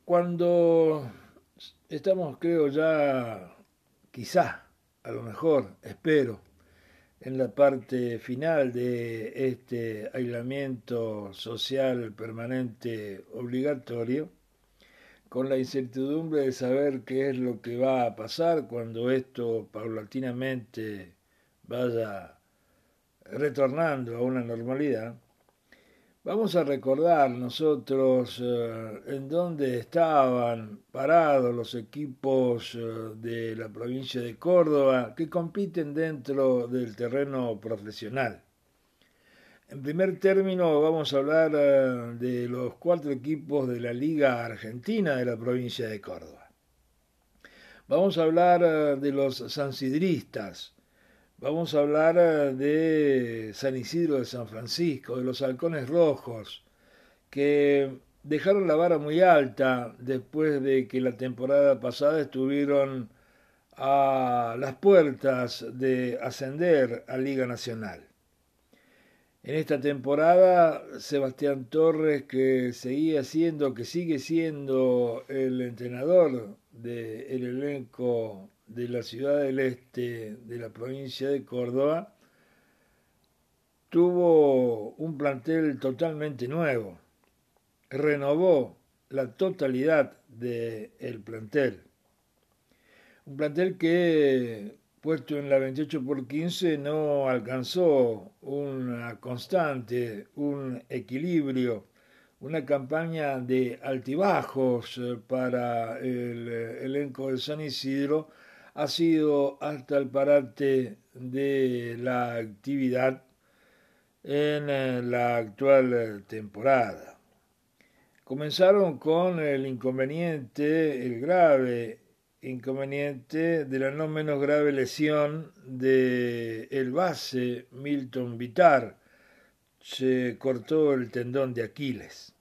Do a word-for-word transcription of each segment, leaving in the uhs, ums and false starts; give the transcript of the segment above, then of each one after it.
Cuando estamos, creo ya, quizá, a lo mejor, espero, en la parte final de este aislamiento social permanente obligatorio, con la incertidumbre de saber qué es lo que va a pasar cuando esto paulatinamente vaya retornando a una normalidad, vamos a recordar nosotros eh, en dónde estaban parados los equipos eh, de la provincia de Córdoba que compiten dentro del terreno profesional. En primer término vamos a hablar eh, de los cuatro equipos de la Liga Argentina de la provincia de Córdoba. Vamos a hablar eh, de los sansidristas. Vamos a hablar de San Isidro de San Francisco, de los Halcones Rojos, que dejaron la vara muy alta después de que la temporada pasada estuvieron a las puertas de ascender a Liga Nacional. En esta temporada, Sebastián Torres, que seguía siendo, que sigue siendo el entrenador del elenco de la Ciudad del Este de la provincia de Córdoba, tuvo un plantel totalmente nuevo, renovó la totalidad del plantel. Un plantel que, puesto en la veintiocho por quince, no alcanzó una constante, un equilibrio, una campaña de altibajos para el elenco de San Isidro ha sido hasta el parate de la actividad en la actual temporada. Comenzaron con el inconveniente, el grave inconveniente de la no menos grave lesión de el base Milton Vitar. Se cortó el tendón de Aquiles.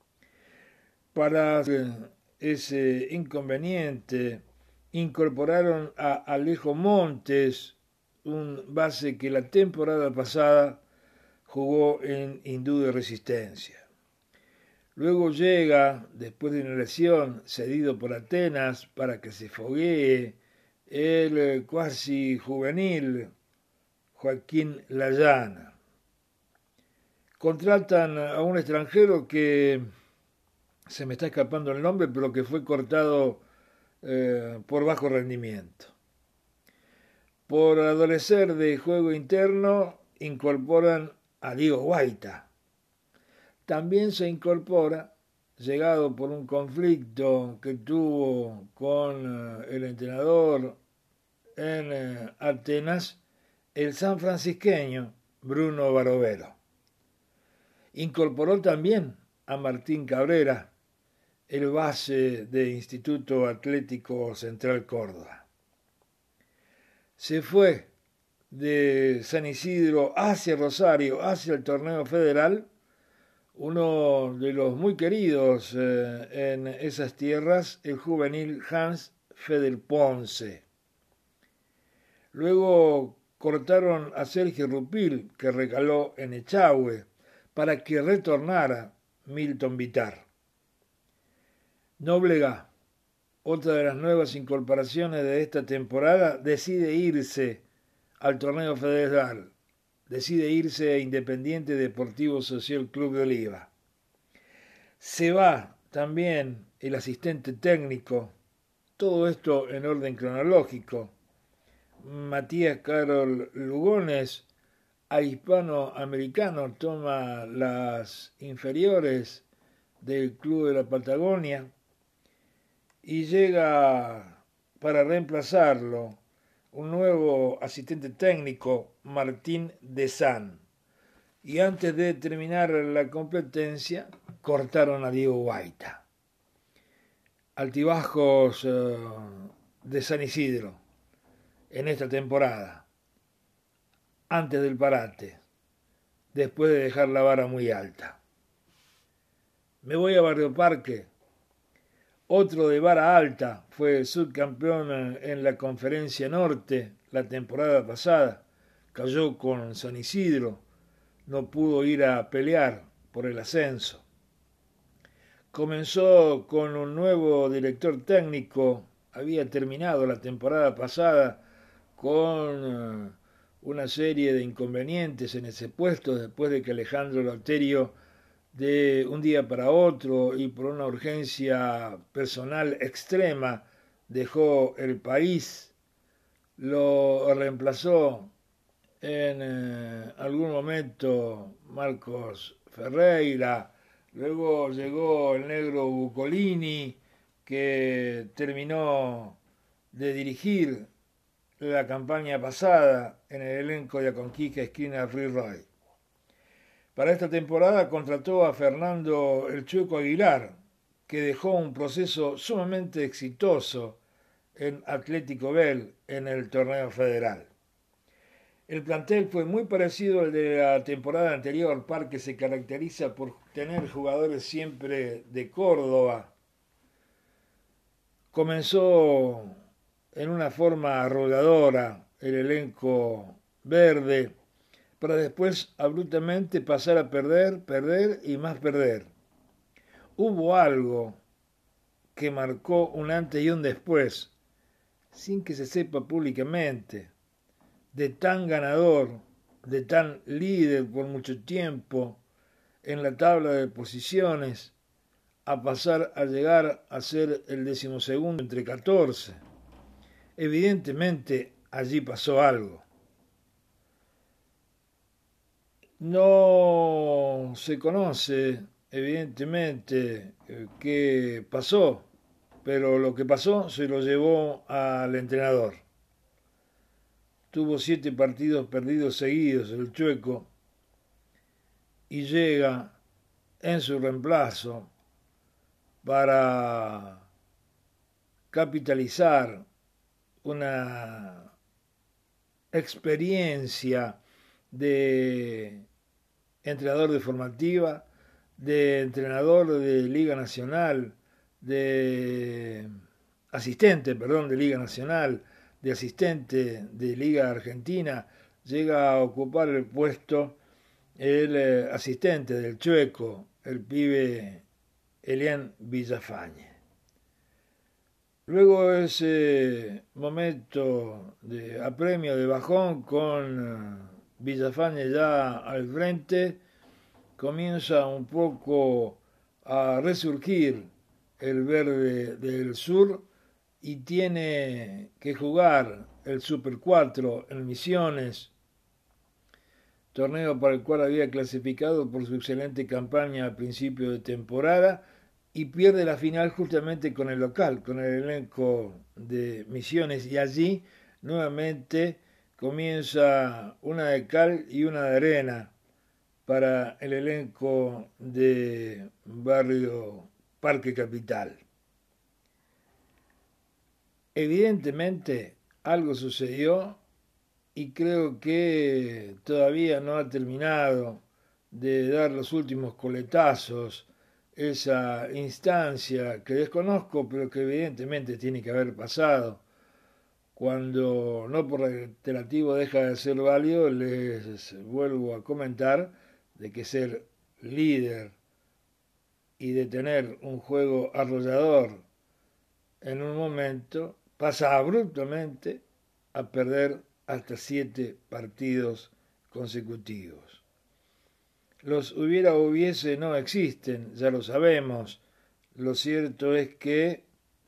Para ese inconveniente incorporaron a Alejo Montes, un base que la temporada pasada jugó en Hindú de Resistencia. Luego llega, después de una lesión, cedido por Atenas para que se foguee, el cuasi juvenil Joaquín Layana. Contratan a un extranjero que se me está escapando el nombre, pero que fue cortado eh, por bajo rendimiento. Por adolecer de juego interno, incorporan a Diego Guaita. También se incorpora, llegado por un conflicto que tuvo con el entrenador en Atenas, el sanfrancisqueño Bruno Barovero. Incorporó también a Martín Cabrera, el base de Instituto Atlético Central Córdoba. Se fue de San Isidro hacia Rosario, hacia el torneo federal, uno de los muy queridos eh, en esas tierras, el juvenil Hans Feder Ponce. Luego cortaron a Sergio Rupil, que recaló en Echagüe, para que retornara Milton Vitar. Nóblega, otra de las nuevas incorporaciones de esta temporada, decide irse al torneo federal. Decide irse a Independiente Deportivo Social Club de Oliva. Se va también el asistente técnico, todo esto en orden cronológico. Matías Carol Lugones, a hispanoamericano, toma las inferiores del Club de la Patagonia y llega para reemplazarlo un nuevo asistente técnico, Martín de San. Y antes de terminar la competencia, cortaron a Diego Guaita. Altibajos eh, de San Isidro en esta temporada, antes del parate, después de dejar la vara muy alta. Me voy a Barrio Parque. Otro de vara alta fue subcampeón en la Conferencia Norte la temporada pasada. Cayó con San Isidro, no pudo ir a pelear por el ascenso. comenzó con un nuevo director técnico, había terminado la temporada pasada con una serie de inconvenientes en ese puesto después de que Alejandro Loterio de un día para otro y por una urgencia personal extrema dejó el país, lo reemplazó en eh, algún momento Marcos Ferreira, luego llegó el negro Bucolini, que terminó de dirigir la campaña pasada en el elenco de Aconquija Esquina Free Roy. Para esta temporada contrató a Fernando El Chueco Aguilar, que dejó un proceso sumamente exitoso en Atlético Bell en el torneo federal. El plantel fue muy parecido al de la temporada anterior, Parque se caracteriza por tener jugadores siempre de Córdoba. Comenzó en una forma arrolladora el elenco verde, para después abruptamente pasar a perder, perder y más perder. Hubo algo que marcó un antes y un después, sin que se sepa públicamente, de tan ganador, de tan líder por mucho tiempo en la tabla de posiciones, a pasar a llegar a ser el decimosegundo entre catorce. Evidentemente allí pasó algo. No se conoce, evidentemente, qué pasó, pero lo que pasó se lo llevó al entrenador. Tuvo siete partidos perdidos seguidos el Chueco y llega en su reemplazo para capitalizar una experiencia de entrenador de formativa, de entrenador de Liga Nacional, de asistente, perdón, de Liga Nacional, de asistente de Liga Argentina, llega a ocupar el puesto el eh, asistente del Chueco, el pibe Elian Villafañe. Luego ese momento de apremio, de bajón, con Villafañe ya al frente, comienza un poco a resurgir el verde del sur y tiene que jugar el Super cuatro en Misiones, torneo para el cual había clasificado por su excelente campaña a principio de temporada, y pierde la final justamente con el local, con el elenco de Misiones, y allí nuevamente comienza una de cal y una de arena para el elenco de Barrio Parque Capital. Evidentemente algo sucedió y creo que todavía no ha terminado de dar los últimos coletazos esa instancia que desconozco, pero que evidentemente tiene que haber pasado. Cuando no por reiterativo deja de ser válido, les vuelvo a comentar de que ser líder y de tener un juego arrollador en un momento pasa abruptamente a perder hasta siete partidos consecutivos. Los hubiera o hubiese no existen, ya lo sabemos. Lo cierto es que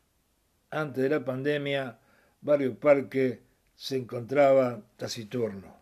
antes de la pandemia Barrio Parque se encontraba taciturno.